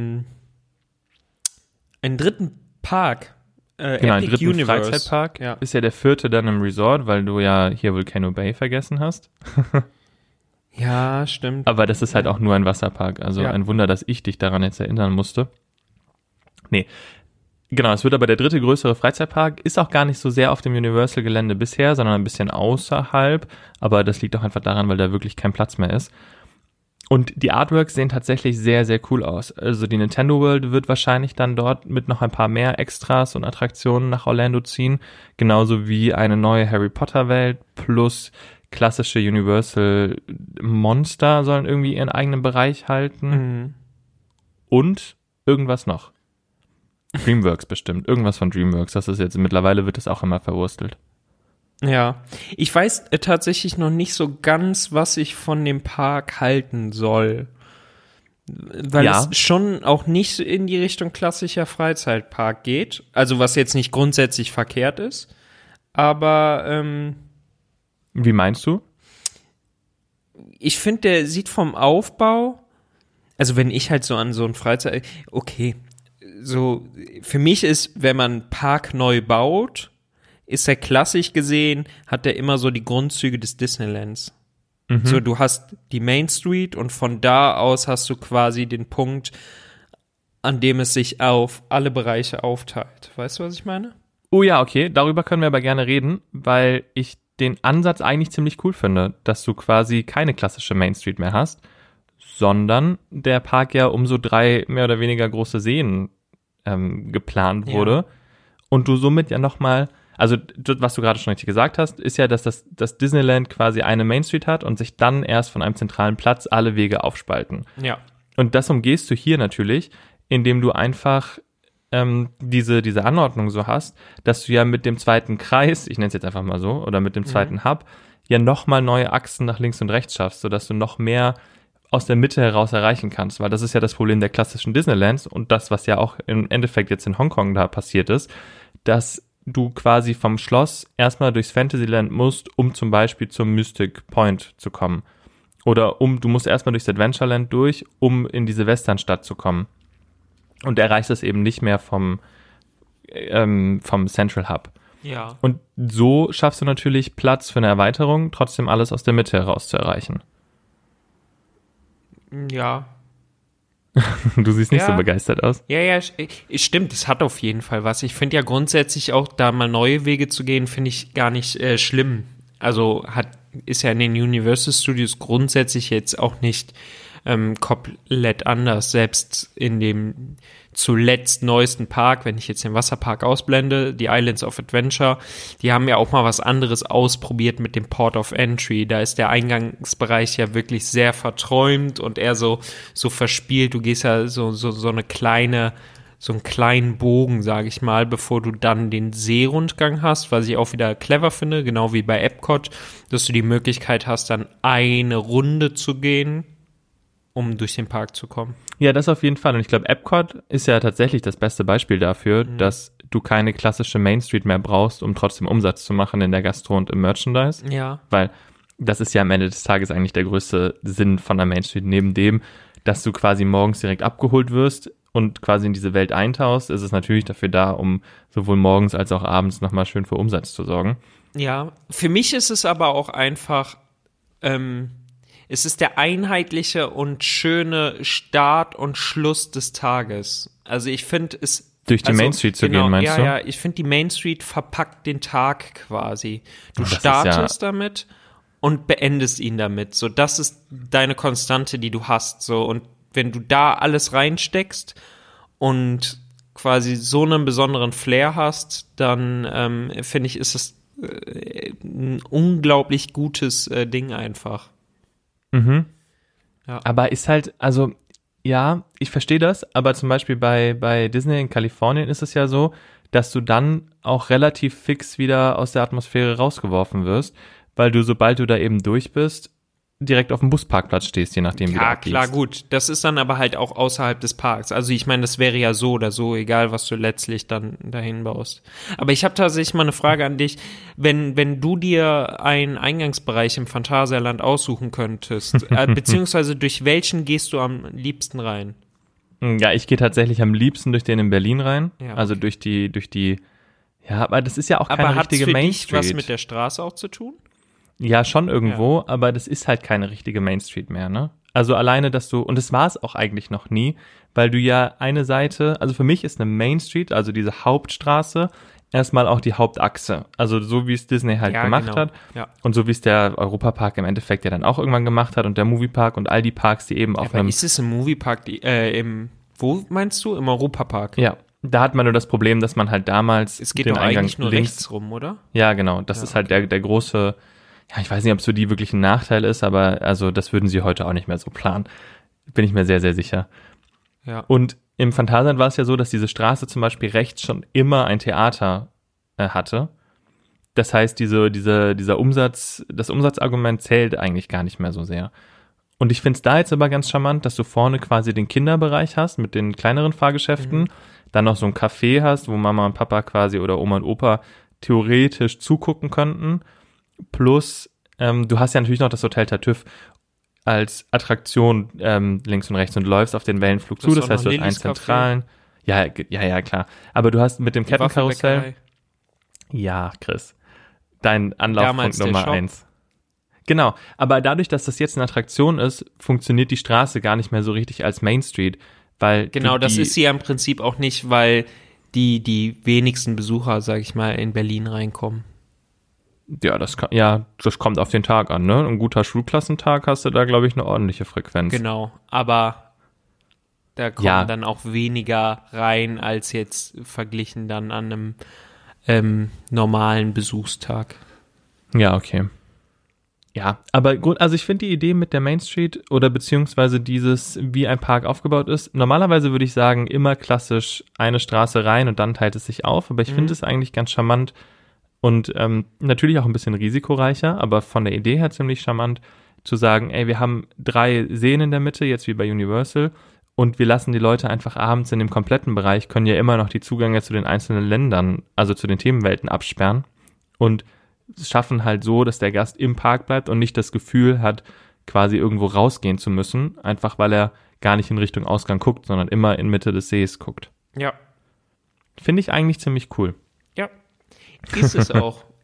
Park. Genau, einen dritten Universe. Freizeitpark. Ja. Ist ja der 4. dann im Resort, weil du ja hier Volcano Bay vergessen hast. Ja, stimmt. Aber das ist halt auch nur ein Wasserpark. Also ein Wunder, dass ich dich daran jetzt erinnern musste. Nee. Genau, es wird aber der 3. größere Freizeitpark, ist auch gar nicht so sehr auf dem Universal-Gelände bisher, sondern ein bisschen außerhalb, aber das liegt auch einfach daran, weil da wirklich kein Platz mehr ist. Und die Artworks sehen tatsächlich sehr, sehr cool aus. Also die Nintendo World wird wahrscheinlich dann dort mit noch ein paar mehr Extras und Attraktionen nach Orlando ziehen, genauso wie eine neue Harry Potter Welt plus klassische Universal Monster sollen irgendwie ihren eigenen Bereich halten. Und irgendwas noch. DreamWorks bestimmt. Irgendwas von DreamWorks. Das ist jetzt, mittlerweile wird das auch immer verwurstelt. Ja. Ich weiß tatsächlich noch nicht so ganz, was ich von dem Park halten soll. Weil es schon auch nicht in die Richtung klassischer Freizeitpark geht. Also was jetzt nicht grundsätzlich verkehrt ist. Aber wie meinst du? Ich finde, der sieht vom Aufbau, also wenn ich halt so an so ein so für mich ist, wenn man Park neu baut, ist er klassisch gesehen, hat er immer so die Grundzüge des Disneylands. So, du hast die Main Street und von da aus hast du quasi den Punkt, an dem es sich auf alle Bereiche aufteilt. Weißt du, was ich meine? Oh ja, okay, darüber können wir aber gerne reden, weil ich den Ansatz eigentlich ziemlich cool finde, dass du quasi keine klassische Main Street mehr hast, sondern der Park ja um so 3 mehr oder weniger große Seen geplant wurde und du somit ja nochmal, also was du gerade schon richtig gesagt hast, ist ja, dass das Disneyland quasi eine Main Street hat und sich dann erst von einem zentralen Platz alle Wege aufspalten. Ja. Und das umgehst du hier natürlich, indem du einfach diese Anordnung so hast, dass du ja mit dem zweiten Kreis, ich nenne es jetzt einfach mal so, oder mit dem zweiten Hub, ja nochmal neue Achsen nach links und rechts schaffst, sodass du noch mehr aus der Mitte heraus erreichen kannst, weil das ist ja das Problem der klassischen Disneylands und das, was ja auch im Endeffekt jetzt in Hongkong da passiert ist, dass du quasi vom Schloss erstmal durchs Fantasyland musst, um zum Beispiel zum Mystic Point zu kommen. Oder du musst erstmal durchs Adventureland durch, um in diese Westernstadt zu kommen. Und erreichst es eben nicht mehr vom Central Hub. Ja. Und so schaffst du natürlich Platz für eine Erweiterung, trotzdem alles aus der Mitte heraus zu erreichen. Ja. Du siehst nicht Ja. so begeistert aus. Ja, stimmt, es hat auf jeden Fall was. Ich finde ja grundsätzlich auch, da mal neue Wege zu gehen, finde ich gar nicht schlimm. Also ist ja in den Universal Studios grundsätzlich jetzt auch nicht komplett anders. Selbst in dem zuletzt neuesten Park, wenn ich jetzt den Wasserpark ausblende, die Islands of Adventure, die haben ja auch mal was anderes ausprobiert mit dem Port of Entry. Da ist der Eingangsbereich ja wirklich sehr verträumt und eher so verspielt. Du gehst ja so einen kleinen Bogen, sage ich mal, bevor du dann den Seerundgang hast, was ich auch wieder clever finde, genau wie bei Epcot, dass du die Möglichkeit hast, dann eine Runde zu gehen, um durch den Park zu kommen. Ja, das auf jeden Fall. Und ich glaube, Epcot ist ja tatsächlich das beste Beispiel dafür, dass du keine klassische Main Street mehr brauchst, um trotzdem Umsatz zu machen in der Gastro und im Merchandise. Ja. Weil das ist ja am Ende des Tages eigentlich der größte Sinn von der Main Street. Neben dem, dass du quasi morgens direkt abgeholt wirst und quasi in diese Welt eintauchst, ist es natürlich dafür da, um sowohl morgens als auch abends nochmal schön für Umsatz zu sorgen. Ja, für mich ist es aber auch einfach, es ist der einheitliche und schöne Start und Schluss des Tages. Also ich finde es... Durch die Main Street zu gehen, meinst du? Ja, ich finde, die Main Street verpackt den Tag quasi. Du Das ist startest damit und beendest ihn damit. So, das ist deine Konstante, die du hast. So, und wenn du da alles reinsteckst und quasi so einen besonderen Flair hast, dann finde ich, ist es ein unglaublich gutes Ding einfach. Mhm. Ja. Aber ist halt, also, ja, ich verstehe das, aber zum Beispiel bei Disney in Kalifornien ist es ja so, dass du dann auch relativ fix wieder aus der Atmosphäre rausgeworfen wirst, weil du, sobald du da eben durch bist, direkt auf dem Busparkplatz stehst, je nachdem, wie du Ja, abbiegst. klar, gut. Das ist dann aber halt auch außerhalb des Parks. Also ich meine, das wäre ja so oder so, egal was du letztlich dann dahin baust. Aber ich habe tatsächlich mal eine Frage an dich. Wenn du dir einen Eingangsbereich im Phantasialand aussuchen könntest, beziehungsweise durch welchen gehst du am liebsten rein? Ja, ich gehe tatsächlich am liebsten durch den in Berlin rein. Ja, okay. Also durch die, ja, aber das ist ja auch keine Aber hat's richtige für Main dich Street. was mit der Straße auch zu tun? Ja, schon irgendwo, aber das ist halt keine richtige Main Street mehr, ne? Also alleine, dass du, und das war es auch eigentlich noch nie, weil du ja eine Seite, also für mich ist eine Main Street, also diese Hauptstraße, erstmal auch die Hauptachse. Also so wie es Disney halt gemacht hat Ja. und so wie es der Europapark im Endeffekt ja dann auch irgendwann gemacht hat und der Moviepark und all die Parks, die eben auf Aber einem... ist es im Moviepark, wo meinst du? Im Europapark? Ja, da hat man nur das Problem, dass man halt damals Es geht den doch Eingang eigentlich nur links... rechts rum, oder? Ja, genau. Das Ja, ist halt der große, ja, ich weiß nicht, ob es für die wirklich ein Nachteil ist, aber also das würden sie heute auch nicht mehr so planen. Bin ich mir sehr, sehr sicher. Ja. Und im Phantasialand war es ja so, dass diese Straße zum Beispiel rechts schon immer ein Theater hatte. Das heißt, dieser Umsatz, das Umsatzargument zählt eigentlich gar nicht mehr so sehr. Und ich finde es da jetzt aber ganz charmant, dass du vorne quasi den Kinderbereich hast mit den kleineren Fahrgeschäften, dann noch so ein Café hast, wo Mama und Papa quasi oder Oma und Opa theoretisch zugucken könnten. Plus, du hast ja natürlich noch das Hotel Tartuffe als Attraktion links und rechts und läufst auf den Wellenflug zu. Das heißt, du hast einen zentralen. Ja, klar. Aber du hast mit dem Kettenkarussell. Waffelbäckerei. Ja, Chris. Dein Anlaufpunkt Damals der Nummer Shop. 1. Genau. Aber dadurch, dass das jetzt eine Attraktion ist, funktioniert die Straße gar nicht mehr so richtig als Main Street, weil Genau, das die, ist sie ja im Prinzip auch nicht, weil die wenigsten Besucher, sag ich mal, in Berlin reinkommen. Ja, das kommt auf den Tag an, ne? Ein guter Schulklassentag hast du da, glaube ich, eine ordentliche Frequenz. Genau, aber da kommen dann auch weniger rein als jetzt verglichen dann an einem normalen Besuchstag. Ja, okay. Ja, aber also ich finde die Idee mit der Main Street oder beziehungsweise dieses, wie ein Park aufgebaut ist, normalerweise würde ich sagen, immer klassisch eine Straße rein und dann teilt es sich auf, aber ich finde es eigentlich ganz charmant und natürlich auch ein bisschen risikoreicher, aber von der Idee her ziemlich charmant zu sagen, ey, wir haben 3 Seen in der Mitte, jetzt wie bei Universal, und wir lassen die Leute einfach abends in dem kompletten Bereich, können ja immer noch die Zugänge zu den einzelnen Ländern, also zu den Themenwelten absperren und schaffen halt so, dass der Gast im Park bleibt und nicht das Gefühl hat, quasi irgendwo rausgehen zu müssen, einfach weil er gar nicht in Richtung Ausgang guckt, sondern immer in Mitte des Sees guckt. Ja. Finde ich eigentlich ziemlich cool. Ja, ist es auch.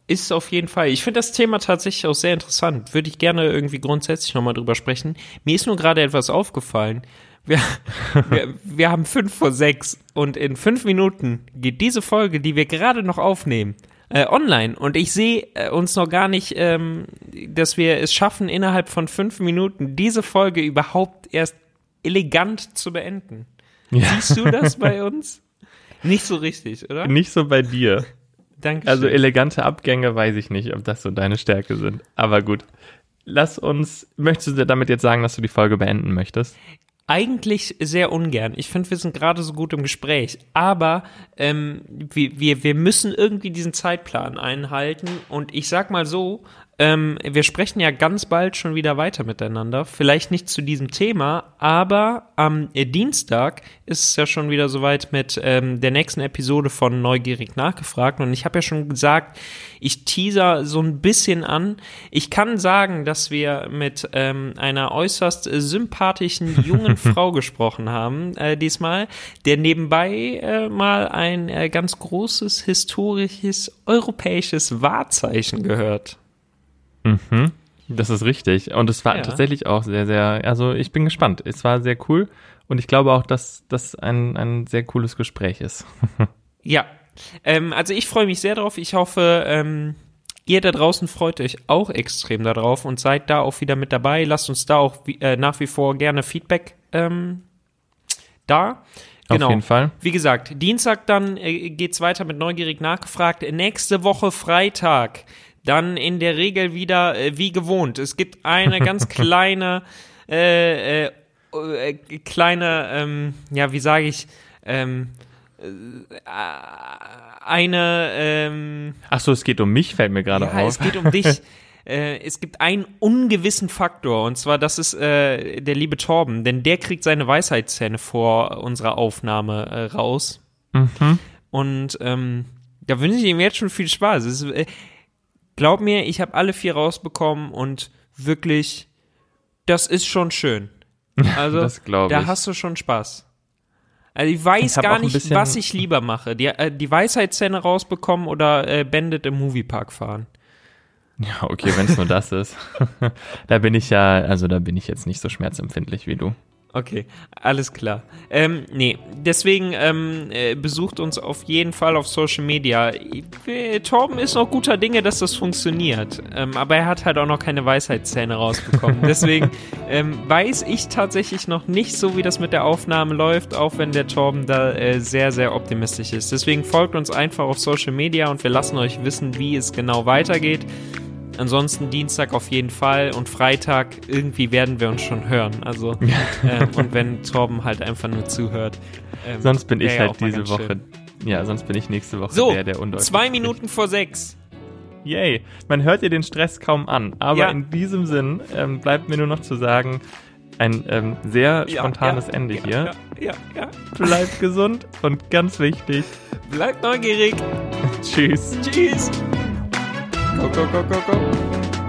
ist auf jeden Fall. Ich finde das Thema tatsächlich auch sehr interessant. Würde ich gerne irgendwie grundsätzlich nochmal drüber sprechen. Mir ist nur gerade etwas aufgefallen. Wir haben 5:06 und in 5 Minuten geht diese Folge, die wir gerade noch aufnehmen, online. Und ich sehe uns noch gar nicht, dass wir es schaffen, innerhalb von 5 Minuten diese Folge überhaupt erst elegant zu beenden. Ja. Siehst du das bei uns? Nicht so richtig, oder? Nicht so bei dir. Dankeschön. Also elegante Abgänge weiß ich nicht, ob das so deine Stärke sind. Aber gut. Möchtest du damit jetzt sagen, dass du die Folge beenden möchtest? Eigentlich sehr ungern. Ich finde, wir sind gerade so gut im Gespräch. Aber wir müssen irgendwie diesen Zeitplan einhalten. Und ich sag mal so, wir sprechen ja ganz bald schon wieder weiter miteinander. Vielleicht nicht zu diesem Thema, aber am Dienstag ist es ja schon wieder soweit mit der nächsten Episode von Neugierig nachgefragt. Und ich habe ja schon gesagt, ich teaser so ein bisschen an. Ich kann sagen, dass wir mit einer äußerst sympathischen jungen Frau gesprochen haben, diesmal, der nebenbei mal ein ganz großes, historisches, europäisches Wahrzeichen gehört. Mhm, das ist richtig. Und es war tatsächlich auch sehr, sehr, also ich bin gespannt. Es war sehr cool und ich glaube auch, dass das ein sehr cooles Gespräch ist. Ja, also ich freue mich sehr drauf. Ich hoffe, ihr da draußen freut euch auch extrem darauf und seid da auch wieder mit dabei. Lasst uns da auch nach wie vor gerne Feedback da. Genau. Auf jeden Fall. Wie gesagt, Dienstag dann geht's weiter mit Neugierig nachgefragt. Nächste Woche Freitag dann in der Regel wieder wie gewohnt. Es gibt eine ganz kleine, wie sage ich, Ach so, es geht um mich, fällt mir gerade auf. Es geht um dich. Es gibt einen ungewissen Faktor, und zwar, das ist der liebe Torben, denn der kriegt seine Weisheitszähne vor unserer Aufnahme raus. Mhm. Und da wünsche ich ihm jetzt schon viel Spaß. Es ist, glaub mir, ich habe alle 4 rausbekommen und wirklich, das ist schon schön. Also, das glaube ich. Da hast du schon Spaß. Also ich weiß gar nicht, was ich lieber mache. Die Weisheitszähne rausbekommen oder Bandit im Moviepark fahren. Ja, okay, wenn es nur das ist. Da bin ich jetzt nicht so schmerzempfindlich wie du. Okay, alles klar. Deswegen besucht uns auf jeden Fall auf Social Media. Torben ist noch guter Dinge, dass das funktioniert. Aber er hat halt auch noch keine Weisheitszähne rausbekommen. Deswegen weiß ich tatsächlich noch nicht so, wie das mit der Aufnahme läuft, auch wenn der Torben da sehr, sehr optimistisch ist. Deswegen folgt uns einfach auf Social Media und wir lassen euch wissen, wie es genau weitergeht. Ansonsten Dienstag auf jeden Fall und Freitag irgendwie werden wir uns schon hören. Also und wenn Torben halt einfach nur zuhört. Sonst bin ich halt diese Woche. Schön. Ja, sonst bin ich nächste Woche der undeutlich 2 Minuten vor 6. Yay. Man hört dir den Stress kaum an. Aber in diesem Sinn bleibt mir nur noch zu sagen, ein sehr spontanes Ende hier. Ja. Bleibt gesund und ganz wichtig. Bleibt neugierig. Tschüss. Go, go, go, go, go.